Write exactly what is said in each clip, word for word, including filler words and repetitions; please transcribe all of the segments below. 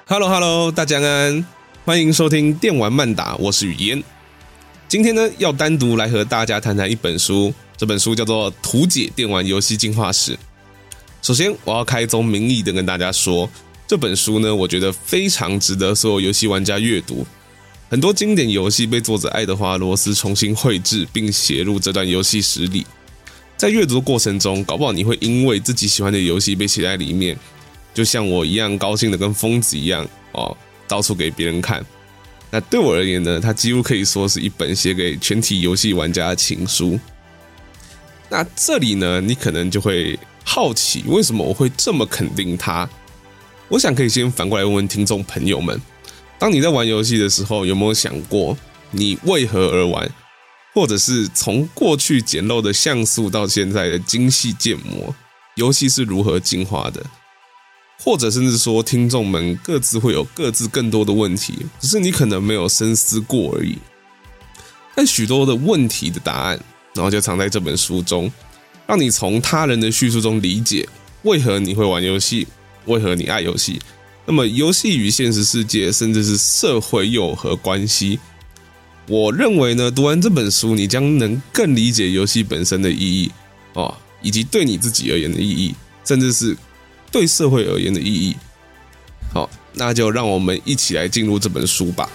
Hello Hello， 大家安，欢迎收听电玩漫打，我是雨嫣。今天呢，要单独来和大家谈谈一本书，这本书叫做《图解电玩游戏进化史》。首先，我要开宗明义的跟大家说，这本书呢，我觉得非常值得所有游戏玩家阅读。很多经典游戏被作者爱德华·罗斯重新绘制并写入这段游戏史里。在阅读的过程中，搞不好你会因为自己喜欢的游戏被写在里面，就像我一样高兴的跟疯子一样哦，到处给别人看。那对我而言呢，它几乎可以说是一本写给全体游戏玩家的情书。那这里呢，你可能就会好奇，为什么我会这么肯定它？我想可以先反过来问问听众朋友们，当你在玩游戏的时候，有没有想过你为何而玩？或者是从过去简陋的像素到现在的精细建模，游戏是如何进化的？或者甚至说听众们各自会有各自更多的问题，只是你可能没有深思过而已。但许多的问题的答案，然后就藏在这本书中，让你从他人的叙述中理解为何你会玩游戏，为何你爱游戏。那么游戏与现实世界甚至是社会又有何关系？我认为呢，读完这本书，你将能更理解游戏本身的意义哦，以及对你自己而言的意义，甚至是对社会而言的意义。好，那就让我们一起来进入这本书吧。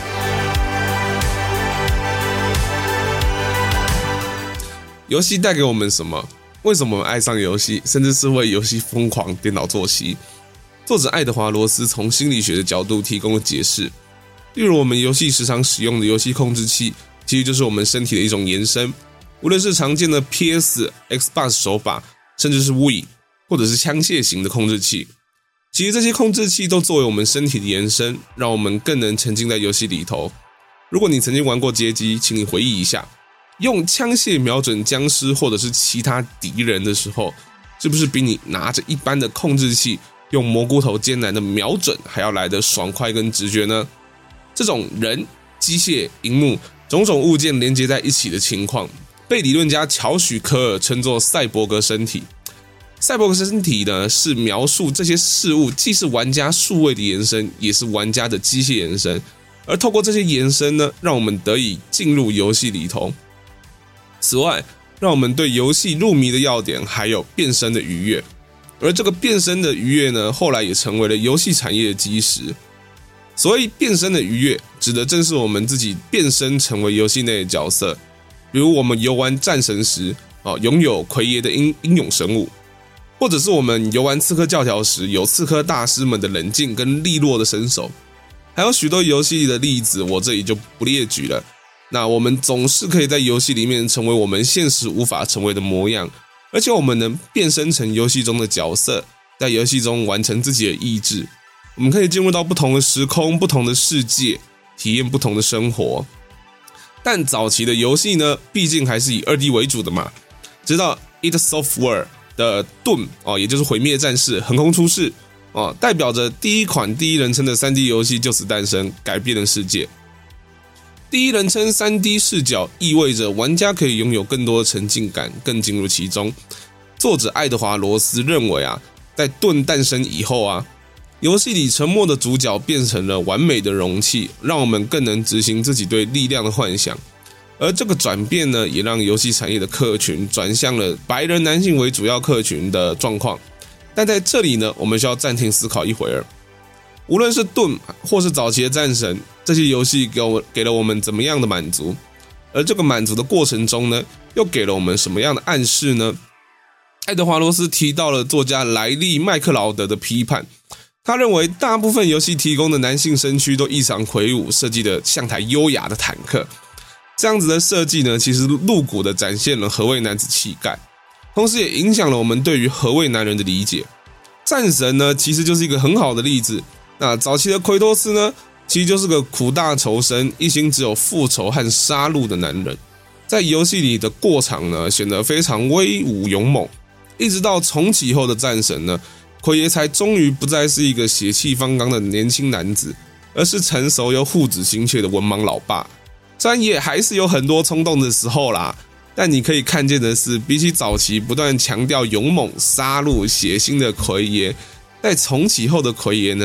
游戏带给我们什么？为什么我们爱上游戏，甚至是为游戏疯狂颠倒作息？作者爱德华·罗斯从心理学的角度提供了解释。例如，我们游戏时常使用的游戏控制器，其实就是我们身体的一种延伸。无论是常见的 P S、Xbox 手把，甚至是 Wii，或者是枪械型的控制器，其实这些控制器都作为我们身体的延伸，让我们更能沉浸在游戏里头。如果你曾经玩过街机，请你回忆一下，用枪械瞄准僵尸或者是其他敌人的时候，是不是比你拿着一般的控制器用蘑菇头艰难的瞄准还要来得爽快跟直觉呢？这种人、机械、萤幕种种物件连接在一起的情况，被理论家乔许科尔称作赛博格身体。赛博格身体呢，是描述这些事物既是玩家数位的延伸，也是玩家的机械延伸，而透过这些延伸呢，让我们得以进入游戏里头。此外，让我们对游戏入迷的要点还有变身的愉悦，而这个变身的愉悦呢，后来也成为了游戏产业的基石。所谓变身的愉悦，指的正是我们自己变身成为游戏内的角色，比如我们游玩战神时，哦，拥有奎爷的英英勇神武。或者是我们游玩刺客教条时，有刺客大师们的冷静跟利落的身手，还有许多游戏的例子，我这里就不列举了。那我们总是可以在游戏里面成为我们现实无法成为的模样，而且我们能变身成游戏中的角色，在游戏中完成自己的意志。我们可以进入到不同的时空、不同的世界，体验不同的生活。但早期的游戏呢，毕竟还是以 二 D 为主的嘛，直到 id Software的盾哦，也就是毁灭战士横空出世哦，代表着第一款第一人称的 三 D 游戏就此诞生，改变了世界。第一人称 三 D 视角意味着玩家可以拥有更多的沉浸感，更进入其中。作者爱德华·罗斯认为啊，在盾诞生以后啊，游戏里沉默的主角变成了完美的容器，让我们更能执行自己对力量的幻想。而这个转变呢，也让游戏产业的客群转向了白人男性为主要客群的状况。但在这里呢，我们需要暂停思考一会儿。无论是盾或是早期的战神，这些游戏给我给了我们怎么样的满足？而这个满足的过程中呢，又给了我们什么样的暗示呢？爱德华·罗斯提到了作家莱利·麦克劳德的批判。他认为大部分游戏提供的男性身躯都异常魁梧，设计的像台优雅的坦克。这样子的设计呢，其实露骨的展现了何谓男子气概，同时也影响了我们对于何谓男人的理解。战神呢，其实就是一个很好的例子。那早期的奎托斯呢，其实就是个苦大仇深，一心只有复仇和杀戮的男人。在游戏里的过场呢，显得非常威武勇猛。一直到重启后的战神呢，奎爷才终于不再是一个血气方刚的年轻男子，而是成熟又护子心切的文盲老爸。虽然也还是有很多冲动的时候啦，但你可以看见的是，比起早期不断强调勇猛、杀戮、血腥的奎爷，在重启后的奎爷呢，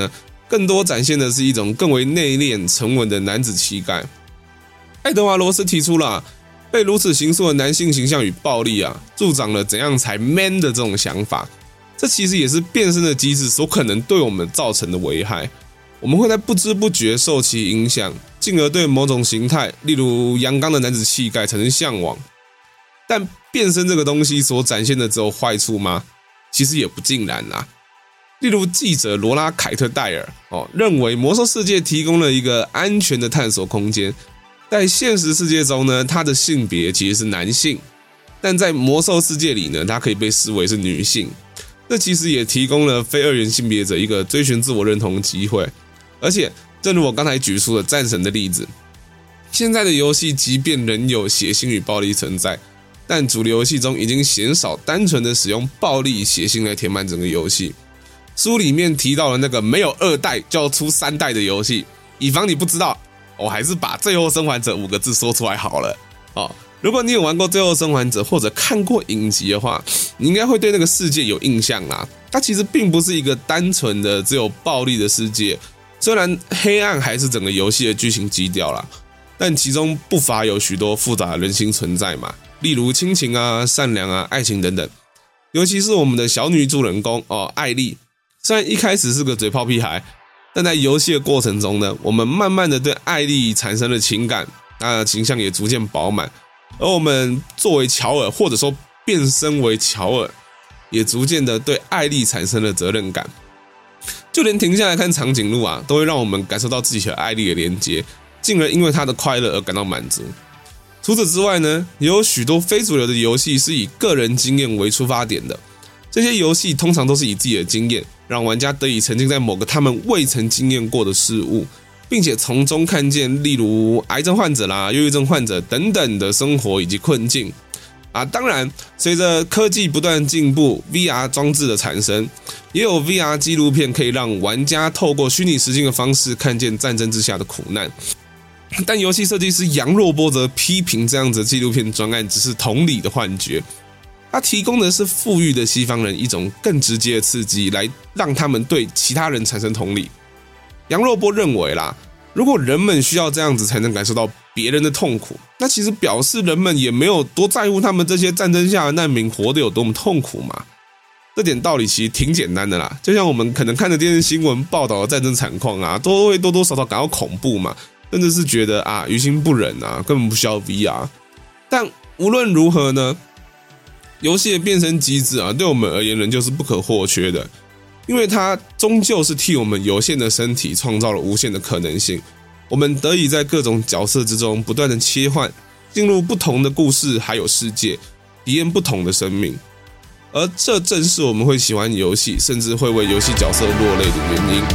更多展现的是一种更为内敛沉稳的男子气概。爱德华罗斯提出了、啊、被如此形塑的男性形象与暴力啊，助长了怎样才 man 的这种想法。这其实也是变身的机制所可能对我们造成的危害。我们会在不知不觉受其影响，进而对某种形态，例如阳刚的男子气概产生向往。但变身这个东西所展现的只有坏处吗？其实也不尽然啦。例如记者罗拉凯特戴尔、哦、认为魔兽世界提供了一个安全的探索空间，在现实世界中呢，他的性别其实是男性，但在魔兽世界里呢，他可以被视为是女性。这其实也提供了非二元性别者一个追寻自我认同的机会。而且正如我刚才举出的战神的例子，现在的游戏即便仍有血腥与暴力存在，但主流游戏中已经鲜少单纯的使用暴力血腥来填满整个游戏。书里面提到了那个没有二代就要出三代的游戏，以防你不知道，我还是把最后生还者五个字说出来好了、哦、如果你有玩过最后生还者或者看过影集的话，你应该会对那个世界有印象啦。它其实并不是一个单纯的只有暴力的世界，虽然黑暗还是整个游戏的剧情基调啦，但其中不乏有许多复杂的人性存在嘛，例如亲情啊、善良啊、爱情等等。尤其是我们的小女主人公哦，艾莉，虽然一开始是个嘴炮屁孩，但在游戏的过程中呢，我们慢慢的对艾莉产生了情感，那形象也逐渐饱满。而我们作为乔尔，或者说变身为乔尔，也逐渐的对艾莉产生了责任感。就连停下来看长颈鹿啊，都会让我们感受到自己和艾莉的连结，进而因为她的快乐而感到满足。除此之外呢，也有许多非主流的游戏是以个人经验为出发点的。这些游戏通常都是以自己的经验，让玩家得以沉浸在某个他们未曾经验过的事物，并且从中看见例如癌症患者啦、忧郁症患者等等的生活以及困境啊。当然，随着科技不断进步 ，V R 装置的产生，也有 V R 纪录片可以让玩家透过虚拟实境的方式看见战争之下的苦难。但游戏设计师杨若波则批评这样子的纪录片专案只是同理的幻觉，它提供的是富裕的西方人一种更直接的刺激，来让他们对其他人产生同理。杨若波认为啦，如果人们需要这样子才能感受到别人的痛苦，那其实表示人们也没有多在乎他们这些战争下的难民活得有多么痛苦嘛。这点道理其实挺简单的啦，就像我们可能看着电视新闻报道的战争惨况啊，都会多多少少感到恐怖嘛，甚至是觉得啊于心不忍啊，根本不需要 V R。 但无论如何呢，游戏的变身机制啊，对我们而言仍旧是不可或缺的，因为它终究是替我们有限的身体创造了无限的可能性。我们得以在各种角色之中不断的切换，进入不同的故事还有世界，体验不同的生命。而这正是我们会喜欢游戏，甚至会为游戏角色落泪的原因。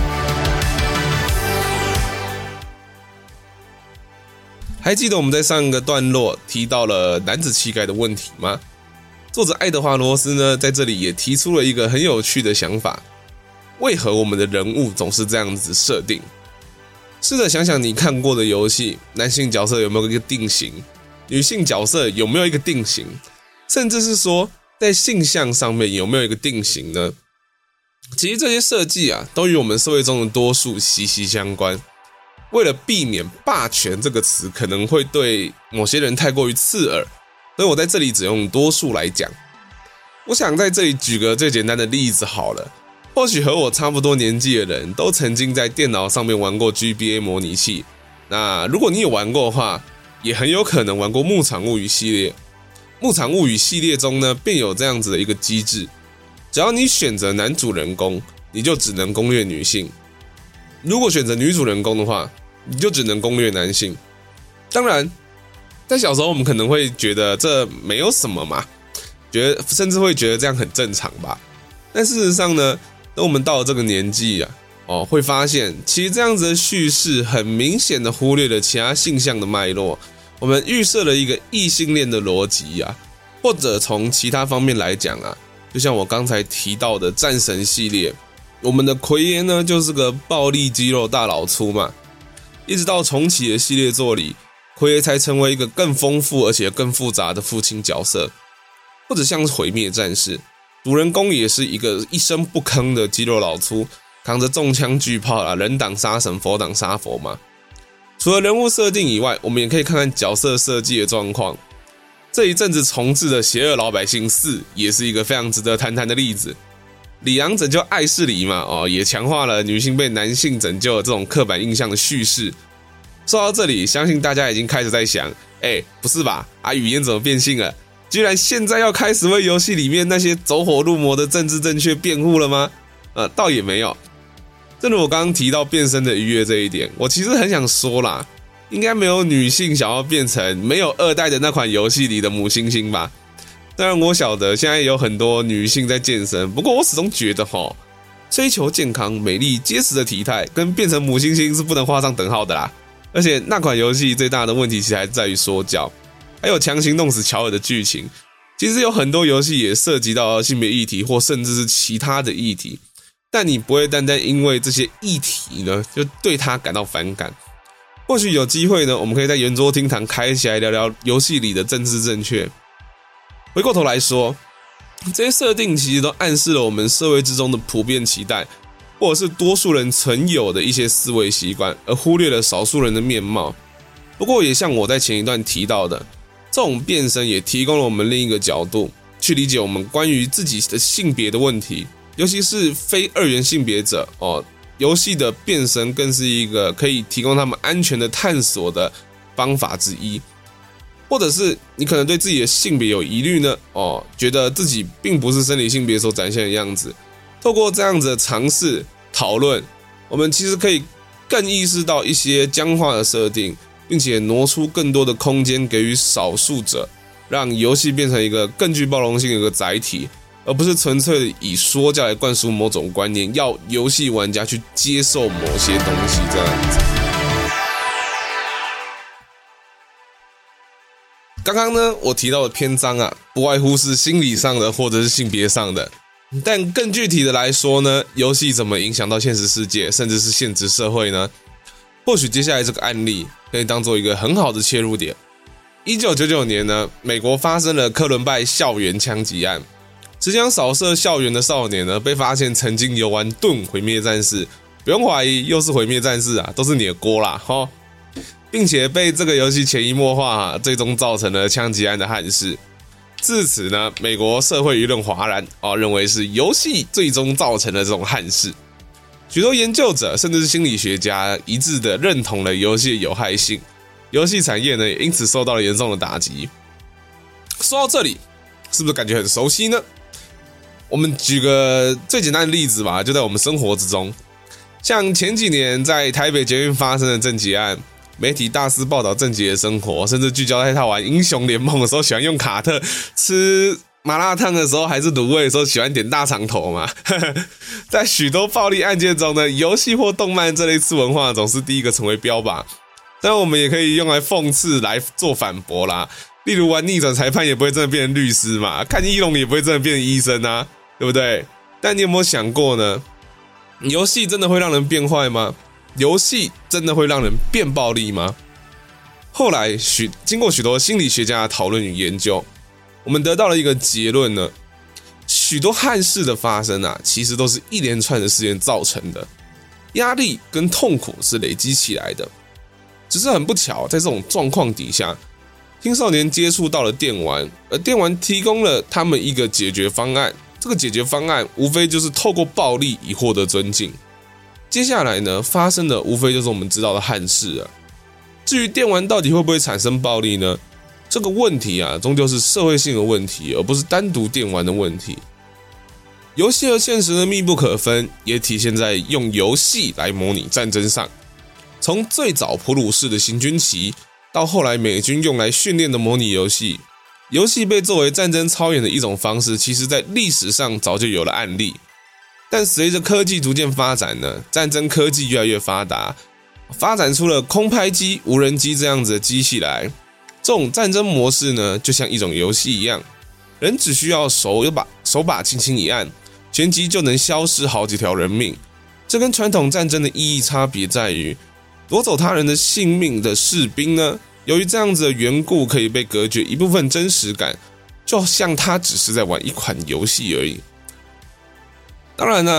还记得我们在上一个段落提到了男子气概的问题吗？作者爱德华罗斯呢，在这里也提出了一个很有趣的想法：为何我们的人物总是这样子设定？试着想想你看过的游戏，男性角色有没有一个定型？女性角色有没有一个定型？甚至是说，在性向上面有没有一个定型呢？其实这些设计啊，都与我们社会中的多数息息相关。为了避免霸权这个词可能会对某些人太过于刺耳，所以我在这里只用多数来讲。我想在这里举个最简单的例子好了，或许和我差不多年纪的人都曾经在电脑上面玩过 G B A 模拟器，那如果你有玩过的话，也很有可能玩过牧场物语系列。牧场物语系列中呢，便有这样子的一个机制，只要你选择男主人公，你就只能攻略女性；如果选择女主人公的话，你就只能攻略男性。当然，在小时候我们可能会觉得这没有什么嘛，觉得甚至会觉得这样很正常吧。但事实上呢，等我们到了这个年纪啊，哦，会发现其实这样子的叙事很明显的忽略了其他性向的脉络。我们预设了一个异性恋的逻辑啊，或者从其他方面来讲啊，就像我刚才提到的战神系列，我们的奎爷呢就是个暴力肌肉大老粗嘛。一直到重启的系列作里，奎爷才成为一个更丰富而且更复杂的父亲角色。或者像是毁灭战士，主人公也是一个一声不吭的肌肉老粗， 扛着重枪巨炮啦，人挡杀神，佛挡杀佛嘛。除了人物设定以外，我们也可以看看角色设计的状况。这一阵子重置的《邪恶老百姓四》也是一个非常值得谈谈的例子。里昂拯救艾士里嘛，哦，也强化了女性被男性拯救的这种刻板印象的叙事。说到这里，相信大家已经开始在想，哎，不是吧？啊，语言怎么变性了？居然现在要开始为游戏里面那些走火入魔的政治正确辩护了吗？呃，倒也没有。正如我刚刚提到变身的愉悦这一点，我其实很想说啦，应该没有女性想要变成没有二代的那款游戏里的母猩猩吧？当然我晓得现在有很多女性在健身，不过我始终觉得齁，追求健康、美丽、结实的体态跟变成母猩猩是不能画上等号的啦。而且那款游戏最大的问题其实还在于说教，还有强行弄死乔尔的剧情。其实有很多游戏也涉及到性别议题或甚至是其他的议题，但你不会单单因为这些议题呢就对它感到反感。或许有机会呢，我们可以在圆桌厅堂开起来聊聊游戏里的政治正确。回过头来说，这些设定其实都暗示了我们社会之中的普遍期待，或者是多数人曾有的一些思维习惯，而忽略了少数人的面貌。不过也像我在前一段提到的，这种变身也提供了我们另一个角度，去理解我们关于自己的性别的问题，尤其是非二元性别者哦。游戏的变身更是一个可以提供他们安全的探索的方法之一。或者是你可能对自己的性别有疑虑呢，哦，觉得自己并不是生理性别所展现的样子。透过这样子的尝试讨论，我们其实可以更意识到一些僵化的设定，并且挪出更多的空间给予少数者，让游戏变成一个更具包容性的一个载体，而不是纯粹以说教来灌输某种观念，要游戏玩家去接受某些东西这样子。刚刚呢，我提到的篇章啊，不外乎是心理上的或者是性别上的。但更具体的来说呢，游戏怎么影响到现实世界，甚至是现实社会呢？或许接下来这个案例可以当做一个很好的切入点。一九九九年呢，美国发生了科伦拜校园枪击案，只想扫射校园的少年呢，被发现曾经游玩盾毁灭战士，不用怀疑，又是毁灭战士啊，都是你的锅啦，齁。并且被这个游戏潜移默化、啊，最终造成了枪击案的憾事。自此呢，美国社会舆论哗然，哦，认为是游戏最终造成了这种憾事。许多研究者甚至是心理学家一致的认同了游戏的有害性，游戏产业呢也因此受到了严重的打击。说到这里，是不是感觉很熟悉呢？我们举个最简单的例子吧，就在我们生活之中，像前几年在台北捷运发生的郑捷案。媒体大肆报道郑捷的生活，甚至聚焦在他玩英雄联盟的时候喜欢用卡特，吃麻辣烫的时候还是卤味的时候喜欢点大肠头嘛。在许多暴力案件中呢，游戏或动漫这类次文化总是第一个成为标靶，但我们也可以用来讽刺来做反驳啦。例如玩逆转裁判也不会真的变成律师嘛，看医龙也不会真的变成医生啊，对不对？但你有没有想过呢？游戏真的会让人变坏吗？游戏真的会让人变暴力吗？后来许经过许多心理学家的讨论与研究，我们得到了一个结论呢：许多憾事的发生啊，其实都是一连串的事件造成的，压力跟痛苦是累积起来的。只是很不巧，在这种状况底下，青少年接触到了电玩，而电玩提供了他们一个解决方案。这个解决方案无非就是透过暴力以获得尊敬。接下来呢，发生的无非就是我们知道的憾事啊。至于电玩到底会不会产生暴力呢？这个问题啊，终究是社会性的问题，而不是单独电玩的问题。游戏和现实的密不可分，也体现在用游戏来模拟战争上。从最早普鲁士的行军旗，到后来美军用来训练的模拟游戏，游戏被作为战争操演的一种方式，其实在历史上早就有了案例。但随着科技逐渐发展呢，战争科技越来越发达，发展出了空拍机、无人机这样子的机器来。这种战争模式呢，就像一种游戏一样，人只需要手把手把轻轻一按，旋即就能消失好几条人命。这跟传统战争的意义差别在于，夺走他人的性命的士兵呢，由于这样子的缘故，可以被隔绝一部分真实感，就像他只是在玩一款游戏而已。当然呢，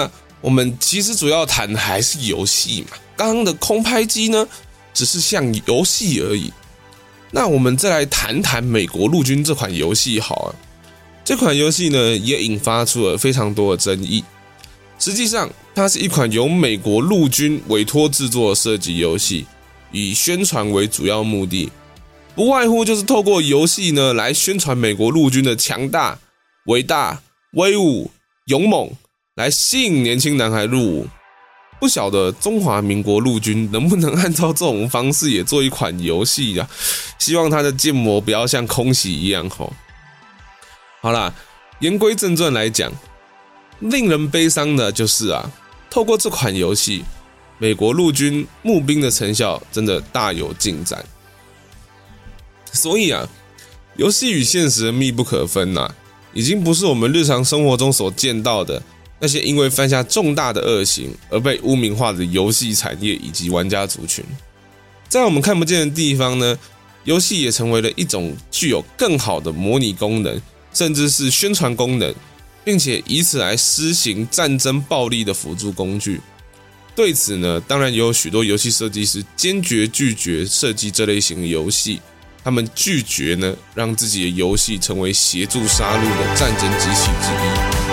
我们其实主要谈的还是游戏嘛。刚刚的空拍机呢，只是像游戏而已。那我们再来谈谈美国陆军这款游戏好了。这款游戏呢，也引发出了非常多的争议。实际上，它是一款由美国陆军委托制作的射击游戏，以宣传为主要目的，不外乎就是透过游戏呢来宣传美国陆军的强大、伟大、威武、勇猛，来吸引年轻男孩入伍。不晓得中华民国陆军能不能按照这种方式也做一款游戏啊？希望它的建模不要像空袭一样吼。好啦，言归正传来讲，令人悲伤的就是啊，透过这款游戏，美国陆军募兵的成效真的大有进展。所以啊，游戏与现实密不可分啊，已经不是我们日常生活中所见到的那些因为犯下重大的恶行而被污名化的游戏产业以及玩家族群。在我们看不见的地方呢，游戏也成为了一种具有更好的模拟功能，甚至是宣传功能，并且以此来施行战争暴力的辅助工具。对此呢，当然也有许多游戏设计师坚决拒绝设计这类型的游戏，他们拒绝呢让自己的游戏成为协助杀戮的战争机器之一。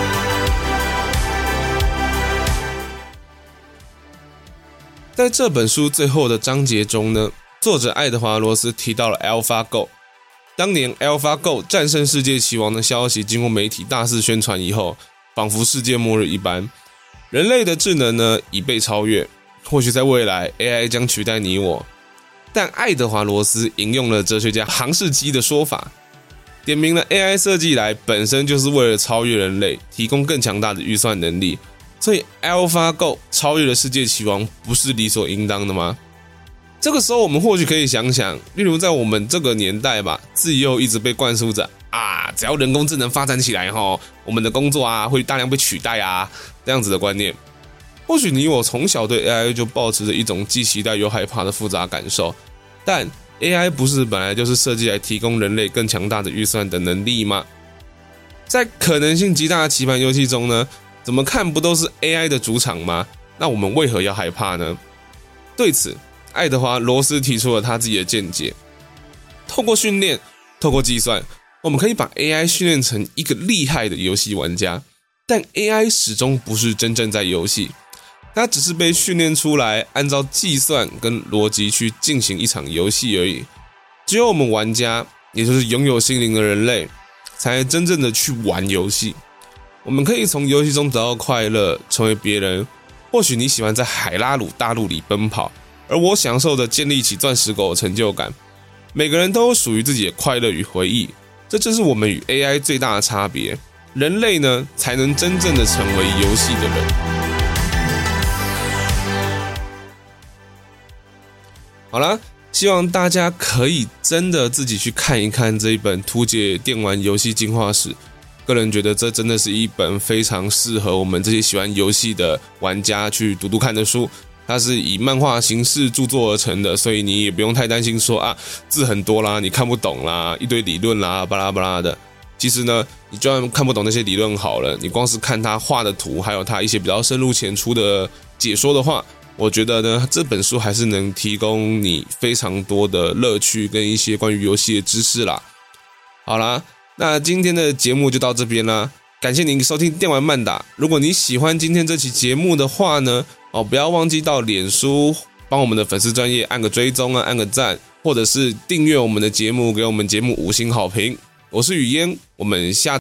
在这本书最后的章节中呢，作者爱德华罗斯提到了 AlphaGo。当年 AlphaGo 战胜世界棋王的消息经过媒体大肆宣传以后，仿佛世界末日一般。人类的智能呢已被超越，或许在未来 A I 将取代你我。但爱德华罗斯引用了哲学家杭士基的说法，点明了 A I 设计来本身就是为了超越人类，提供更强大的预算能力。所以 AlphaGo 超越了世界棋王不是理所应当的吗？这个时候我们或许可以想想，例如在我们这个年代吧，自幼一直被灌输着啊，只要人工智能发展起来齁，我们的工作啊会大量被取代啊，这样子的观念。或许你我从小对 A I 就抱持着一种既期待又害怕的复杂感受，但 A I 不是本来就是设计来提供人类更强大的预算的能力吗？在可能性极大的棋盘游戏中呢，怎么看不都是 A I 的主场吗？那我们为何要害怕呢？对此，爱德华罗斯提出了他自己的见解。透过训练，透过计算，我们可以把 A I 训练成一个厉害的游戏玩家，但 A I 始终不是真正在游戏，它只是被训练出来按照计算跟逻辑去进行一场游戏而已。只有我们玩家，也就是拥有心灵的人类，才真正的去玩游戏。我们可以从游戏中得到快乐，成为别人。或许你喜欢在海拉鲁大陆里奔跑，而我享受着建立起钻石狗的成就感。每个人都有属于自己的快乐与回忆，这就是我们与 A I 最大的差别。人类呢，才能真正的成为游戏的人。好啦，希望大家可以真的自己去看一看这一本《图解电玩游戏进化史》。个人觉得这真的是一本非常适合我们这些喜欢游戏的玩家去读读看的书。它是以漫画形式著作而成的，所以你也不用太担心说啊字很多啦，你看不懂啦，一堆理论啦，巴拉巴拉的。其实呢，你就算看不懂那些理论好了，你光是看他画的图，还有他一些比较深入浅出的解说的话，我觉得呢，这本书还是能提供你非常多的乐趣跟一些关于游戏的知识啦。好啦，那今天的节目就到这边啦，感谢您收听电玩漫打。如果你喜欢今天这期节目的话呢，哦，不要忘记到脸书帮我们的粉丝专页按个追踪啊，按个赞，或者是订阅我们的节目，给我们节目五星好评。我是雨嫣，我们下